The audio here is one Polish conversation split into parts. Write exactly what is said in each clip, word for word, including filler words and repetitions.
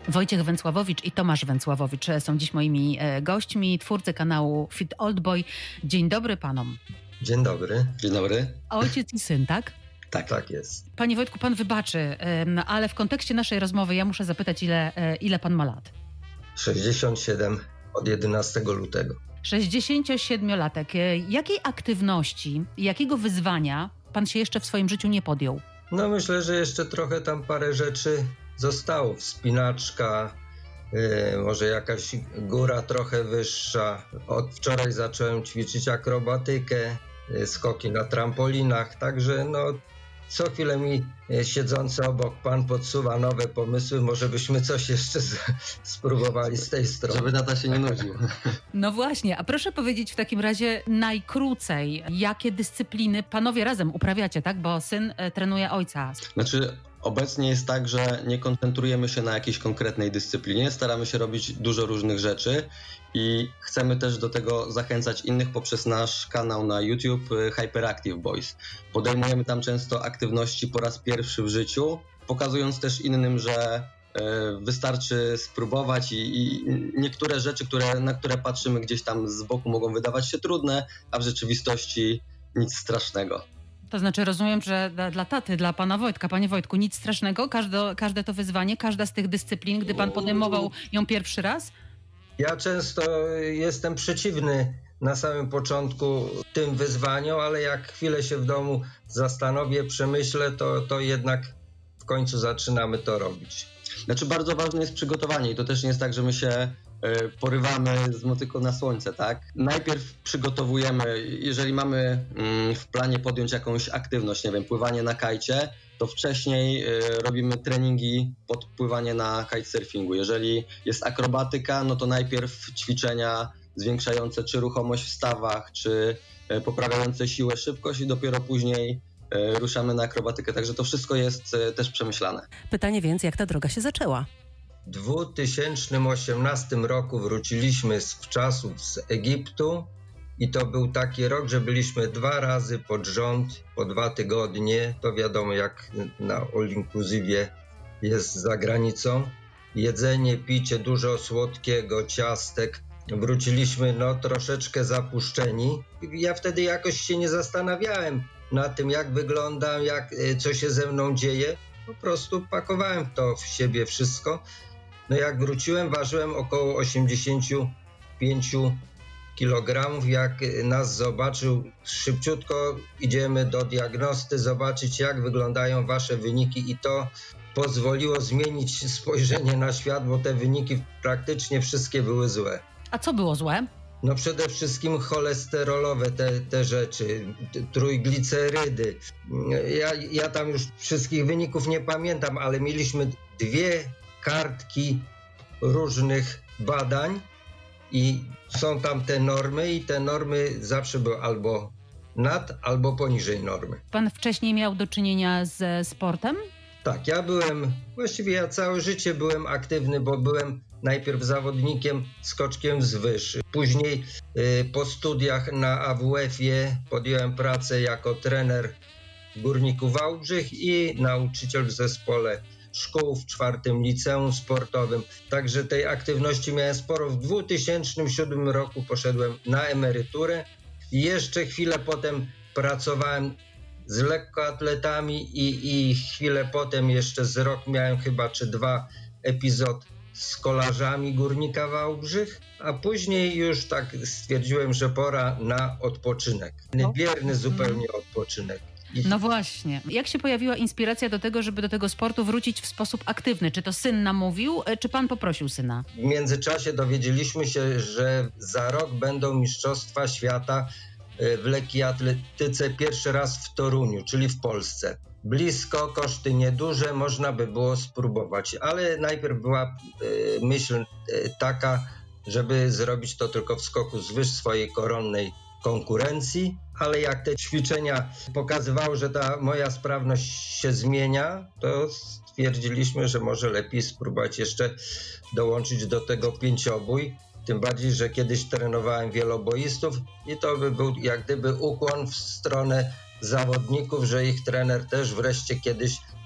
Wojciech Węcławowicz i Tomasz Węcławowicz są dziś moimi gośćmi, twórcy kanału Fit Old Boy. Dzień dobry panom. Dzień dobry. Dzień dobry. Ojciec i syn, tak? Tak, tak jest. Panie Wojtku, pan wybaczy, ale w kontekście naszej rozmowy ja muszę zapytać, ile, ile pan ma lat? sześćdziesiąt siedem od jedenastego lutego. sześćdziesięciosiedmiolatek. Jakiej aktywności, jakiego wyzwania pan się jeszcze w swoim życiu nie podjął? No myślę, że jeszcze trochę tam parę rzeczy zostało. Wspinaczka, yy, może jakaś góra trochę wyższa. Od wczoraj zacząłem ćwiczyć akrobatykę, yy, skoki na trampolinach, także no co chwilę mi siedzący obok pan podsuwa nowe pomysły, może byśmy coś jeszcze z, spróbowali z tej strony. Żeby tata się nie nudził. No właśnie, a proszę powiedzieć w takim razie najkrócej, jakie dyscypliny panowie razem uprawiacie, tak? Bo syn trenuje ojca. Znaczy obecnie jest tak, że nie koncentrujemy się na jakiejś konkretnej dyscyplinie, staramy się robić dużo różnych rzeczy i chcemy też do tego zachęcać innych poprzez nasz kanał na YouTube Hyperactive Boys. Podejmujemy tam często aktywności po raz pierwszy w życiu, pokazując też innym, że wystarczy spróbować i, i niektóre rzeczy, które, na które patrzymy gdzieś tam z boku, mogą wydawać się trudne, a w rzeczywistości nic strasznego. To znaczy rozumiem, że dla, dla taty, dla pana Wojtka, panie Wojtku, nic strasznego, każde, każde to wyzwanie, każda z tych dyscyplin, gdy pan podejmował ją pierwszy raz? Ja często jestem przeciwny na samym początku tym wyzwaniom, ale jak chwilę się w domu zastanowię, przemyślę, to, to jednak w końcu zaczynamy to robić. Znaczy bardzo ważne jest przygotowanie i to też nie jest tak, że my się y, porywamy z motyką na słońce, tak? Najpierw przygotowujemy, jeżeli mamy y, w planie podjąć jakąś aktywność, nie wiem, pływanie na kajcie, to wcześniej y, robimy treningi pod pływanie na kitesurfingu. Jeżeli jest akrobatyka, no to najpierw ćwiczenia zwiększające czy ruchomość w stawach, czy y, poprawiające siłę, szybkość i dopiero później ruszamy na akrobatykę, także to wszystko jest też przemyślane. Pytanie więc, jak ta droga się zaczęła? W dwa tysiące osiemnastym roku wróciliśmy z czasów z Egiptu i to był taki rok, że byliśmy dwa razy pod rząd, po dwa tygodnie. To wiadomo, jak na all inclusive jest za granicą. Jedzenie, picie, dużo słodkiego, ciastek. Wróciliśmy no troszeczkę zapuszczeni. Ja wtedy jakoś się nie zastanawiałem na tym, jak wyglądam, jak, co się ze mną dzieje. Po prostu pakowałem to w siebie wszystko. No jak wróciłem, ważyłem około osiemdziesiąt pięć kilogramów. Jak nas zobaczył, szybciutko idziemy do diagnosty, zobaczyć, jak wyglądają wasze wyniki i to pozwoliło zmienić spojrzenie na świat, bo te wyniki praktycznie wszystkie były złe. A co było złe? No przede wszystkim cholesterolowe te, te rzeczy, trójglicerydy. Ja, ja tam już wszystkich wyników nie pamiętam, ale mieliśmy dwie kartki różnych badań i są tam te normy i te normy zawsze były albo nad, albo poniżej normy. Pan wcześniej miał do czynienia ze sportem? Tak, ja byłem, właściwie ja całe życie byłem aktywny, bo byłem najpierw zawodnikiem skoczkiem z wyż. Później y, po studiach na A W F-ie podjąłem pracę jako trener Górników Wałbrzych i nauczyciel w zespole szkół w czwartym liceum sportowym. Także tej aktywności miałem sporo. W dwa tysiące siódmym roku poszedłem na emeryturę i jeszcze chwilę potem pracowałem z lekkoatletami i, i chwilę potem jeszcze z rok miałem chyba czy dwa epizod z kolarzami Górnika Wałbrzych, a później już tak stwierdziłem, że pora na odpoczynek. No. Bierny zupełnie odpoczynek. I... No właśnie. Jak się pojawiła inspiracja do tego, żeby do tego sportu wrócić w sposób aktywny? Czy to syn namówił, czy pan poprosił syna? W międzyczasie dowiedzieliśmy się, że za rok będą Mistrzostwa Świata w lekkiej atletyce pierwszy raz w Toruniu, czyli w Polsce. Blisko, koszty nieduże, można by było spróbować, ale najpierw była y, myśl y, taka, żeby zrobić to tylko w skoku z wyż swojej koronnej konkurencji, ale jak te ćwiczenia pokazywały, że ta moja sprawność się zmienia, to stwierdziliśmy, że może lepiej spróbować jeszcze dołączyć do tego pięciobój. Tym bardziej, że kiedyś trenowałem wieloboistów i to by był jak gdyby ukłon w stronę zawodników, że ich trener też wreszcie kiedyś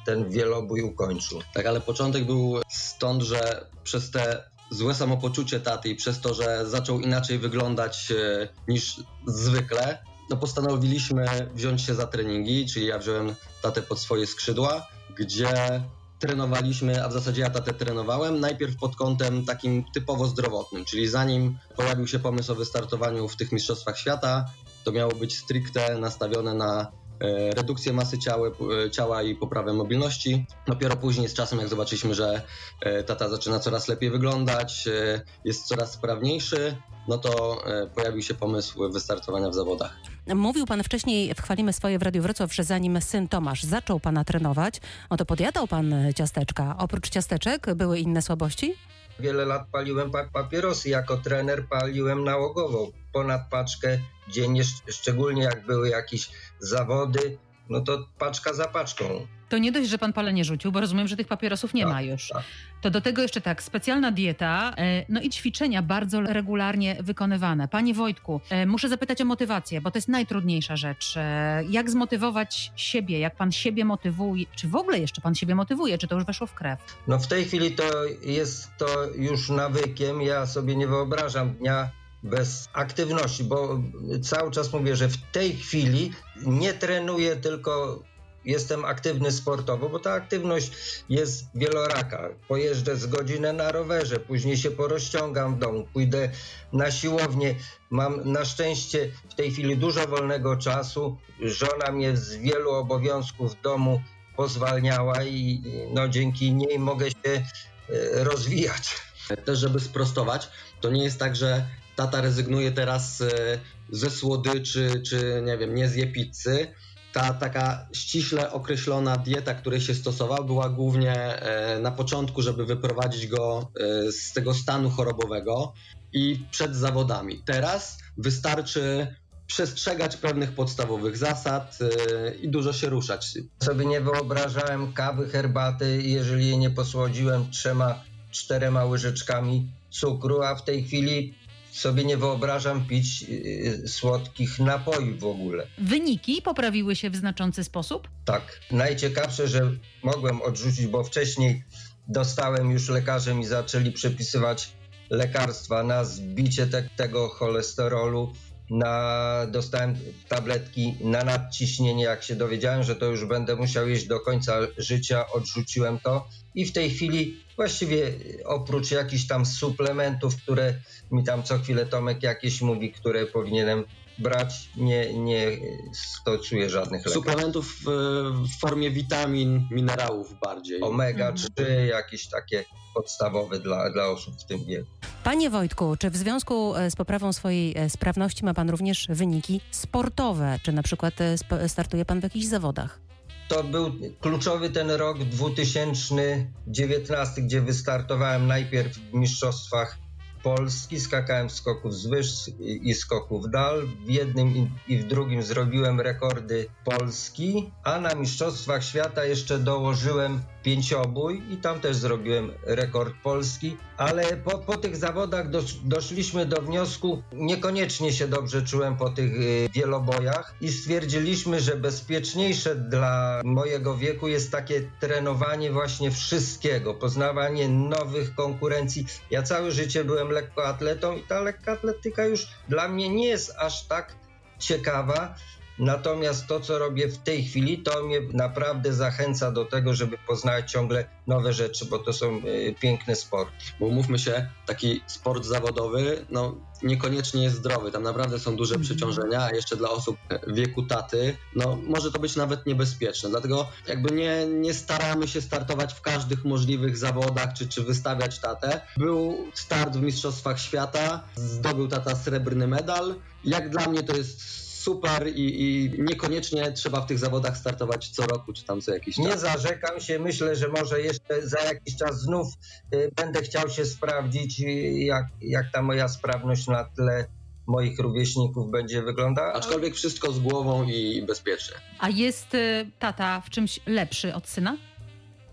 ten wielobój ukończył. Tak, ale początek był stąd, że przez te złe samopoczucie taty i przez to, że zaczął inaczej wyglądać e, niż zwykle, no postanowiliśmy wziąć się za treningi, czyli ja wziąłem tatę pod swoje skrzydła, gdzie trenowaliśmy, a w zasadzie ja tatę trenowałem, najpierw pod kątem takim typowo zdrowotnym, czyli zanim pojawił się pomysł o wystartowaniu w tych mistrzostwach świata, to miało być stricte nastawione na redukcję masy ciała, ciała i poprawę mobilności. Dopiero później z czasem, jak zobaczyliśmy, że tata zaczyna coraz lepiej wyglądać, jest coraz sprawniejszy, no to pojawił się pomysł wystartowania w zawodach. Mówił pan wcześniej w Chwalimy Swoje w Radiu Wrocław, że zanim syn Tomasz zaczął pana trenować, no to podjadał pan ciasteczka. Oprócz ciasteczek były inne słabości? Wiele lat paliłem pa- papierosy. Jako trener paliłem nałogowo. Ponad paczkę dziennie, szczególnie jak były jakieś zawody, no to paczka za paczką. To nie dość, że pan palenie rzucił, bo rozumiem, że tych papierosów nie tak, ma już. Tak. To do tego jeszcze tak, specjalna dieta, no i ćwiczenia bardzo regularnie wykonywane. Panie Wojtku, muszę zapytać o motywację, bo to jest najtrudniejsza rzecz. Jak zmotywować siebie? Jak pan siebie motywuje? Czy w ogóle jeszcze pan siebie motywuje? Czy to już weszło w krew? No w tej chwili to jest to już nawykiem. Ja sobie nie wyobrażam dnia bez aktywności, bo cały czas mówię, że w tej chwili nie trenuję, tylko jestem aktywny sportowo, bo ta aktywność jest wieloraka. Pojeżdżę z godzinę na rowerze, później się porozciągam w domu, pójdę na siłownię. Mam na szczęście w tej chwili dużo wolnego czasu. Żona mnie z wielu obowiązków w domu pozwalniała i no, dzięki niej mogę się rozwijać. Też, żeby sprostować, to nie jest tak, że tata rezygnuje teraz ze słodyczy, czy nie wiem, nie zje pizzy. Ta taka ściśle określona dieta, której się stosował, była głównie na początku, żeby wyprowadzić go z tego stanu chorobowego i przed zawodami. Teraz wystarczy przestrzegać pewnych podstawowych zasad i dużo się ruszać. Sobie nie wyobrażałem kawy, herbaty, jeżeli jej nie posłodziłem trzema, czterema łyżeczkami cukru, a w tej chwili sobie nie wyobrażam pić yy, słodkich napojów w ogóle. Wyniki poprawiły się w znaczący sposób? Tak. Najciekawsze, że mogłem odrzucić, bo wcześniej dostałem już, lekarze mi zaczęli przepisywać lekarstwa na zbicie te, tego cholesterolu, na, dostałem tabletki na nadciśnienie. Jak się dowiedziałem, że to już będę musiał jeść do końca życia, odrzuciłem to i w tej chwili właściwie oprócz jakichś tam suplementów, które mi tam co chwilę Tomek jakieś mówi, które powinienem brać, nie, nie stosuję żadnych leków. Suplementów w formie witamin, minerałów bardziej. omega trzy, mhm. jakieś takie podstawowe dla, dla osób w tym wieku. Panie Wojtku, czy w związku z poprawą swojej sprawności ma pan również wyniki sportowe? Czy na przykład startuje pan w jakichś zawodach? To był kluczowy ten rok dwa tysiące dziewiętnasty, gdzie wystartowałem najpierw w mistrzostwach Polski, skakałem w skoku wzwyż i skoku w dal. W jednym i w drugim zrobiłem rekordy Polski, a na mistrzostwach świata jeszcze dołożyłem pięciobój i tam też zrobiłem rekord Polski, ale po, po tych zawodach dosz, doszliśmy do wniosku, niekoniecznie się dobrze czułem po tych y, wielobojach i stwierdziliśmy, że bezpieczniejsze dla mojego wieku jest takie trenowanie właśnie wszystkiego, poznawanie nowych konkurencji. Ja całe życie byłem lekkoatletą i ta lekkoatletyka już dla mnie nie jest aż tak ciekawa. Natomiast to, co robię w tej chwili, to mnie naprawdę zachęca do tego, żeby poznawać ciągle nowe rzeczy, bo to są y, piękne sporty. Bo umówmy się, taki sport zawodowy, no niekoniecznie jest zdrowy. Tam naprawdę są duże przeciążenia, a jeszcze dla osób w wieku taty, no może to być nawet niebezpieczne. Dlatego jakby nie, nie staramy się startować w każdych możliwych zawodach, czy, czy wystawiać tatę. Był start w Mistrzostwach Świata, zdobył tata srebrny medal. Jak dla mnie to jest super i, i niekoniecznie trzeba w tych zawodach startować co roku, czy tam co jakiś czas. Nie zarzekam się, myślę, że może jeszcze za jakiś czas znów y, będę chciał się sprawdzić, y, jak, jak ta moja sprawność na tle moich rówieśników będzie wyglądała. Aczkolwiek wszystko z głową i bezpiecznie. A jest y, tata w czymś lepszy od syna?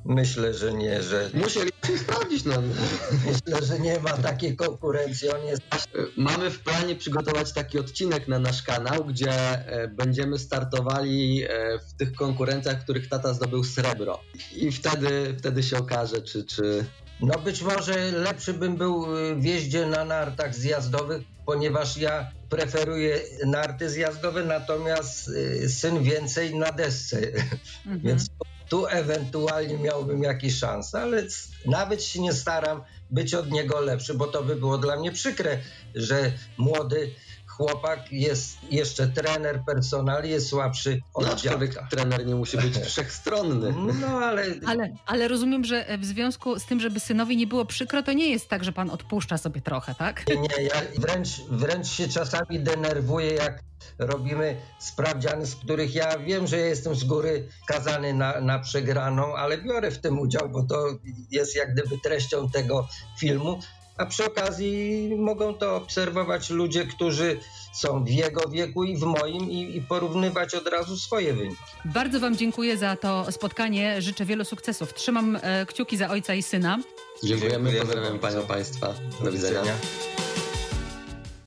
Myślę, że nie, że... Musieli się sprawdzić nam. Myślę, że nie ma takiej konkurencji. On jest... Mamy w planie przygotować taki odcinek na nasz kanał, gdzie będziemy startowali w tych konkurencjach, w których tata zdobył srebro. I wtedy, wtedy się okaże, czy... czy... No być może lepszy bym był w jeździe na nartach zjazdowych, ponieważ ja preferuję narty zjazdowe, natomiast syn więcej na desce. Mhm. Więc tu ewentualnie miałbym jakieś szanse, ale nawet się nie staram być od niego lepszy, bo to by było dla mnie przykre, że młody chłopak jest jeszcze trener personalny, jest słabszy od no, dziadka. Trener nie musi być wszechstronny. No ale... ale... Ale rozumiem, że w związku z tym, żeby synowi nie było przykro, to nie jest tak, że pan odpuszcza sobie trochę, tak? Nie, nie, ja wręcz, wręcz się czasami denerwuję, jak robimy sprawdziany, z których ja wiem, że ja jestem z góry skazany na, na przegraną, ale biorę w tym udział, bo to jest jak gdyby treścią tego filmu. A przy okazji mogą to obserwować ludzie, którzy są w jego wieku i w moim i, i porównywać od razu swoje wyniki. Bardzo wam dziękuję za to spotkanie. Życzę wielu sukcesów. Trzymam e, kciuki za ojca i syna. Dziękujemy, pozdrawiam panią, państwa. Do widzenia.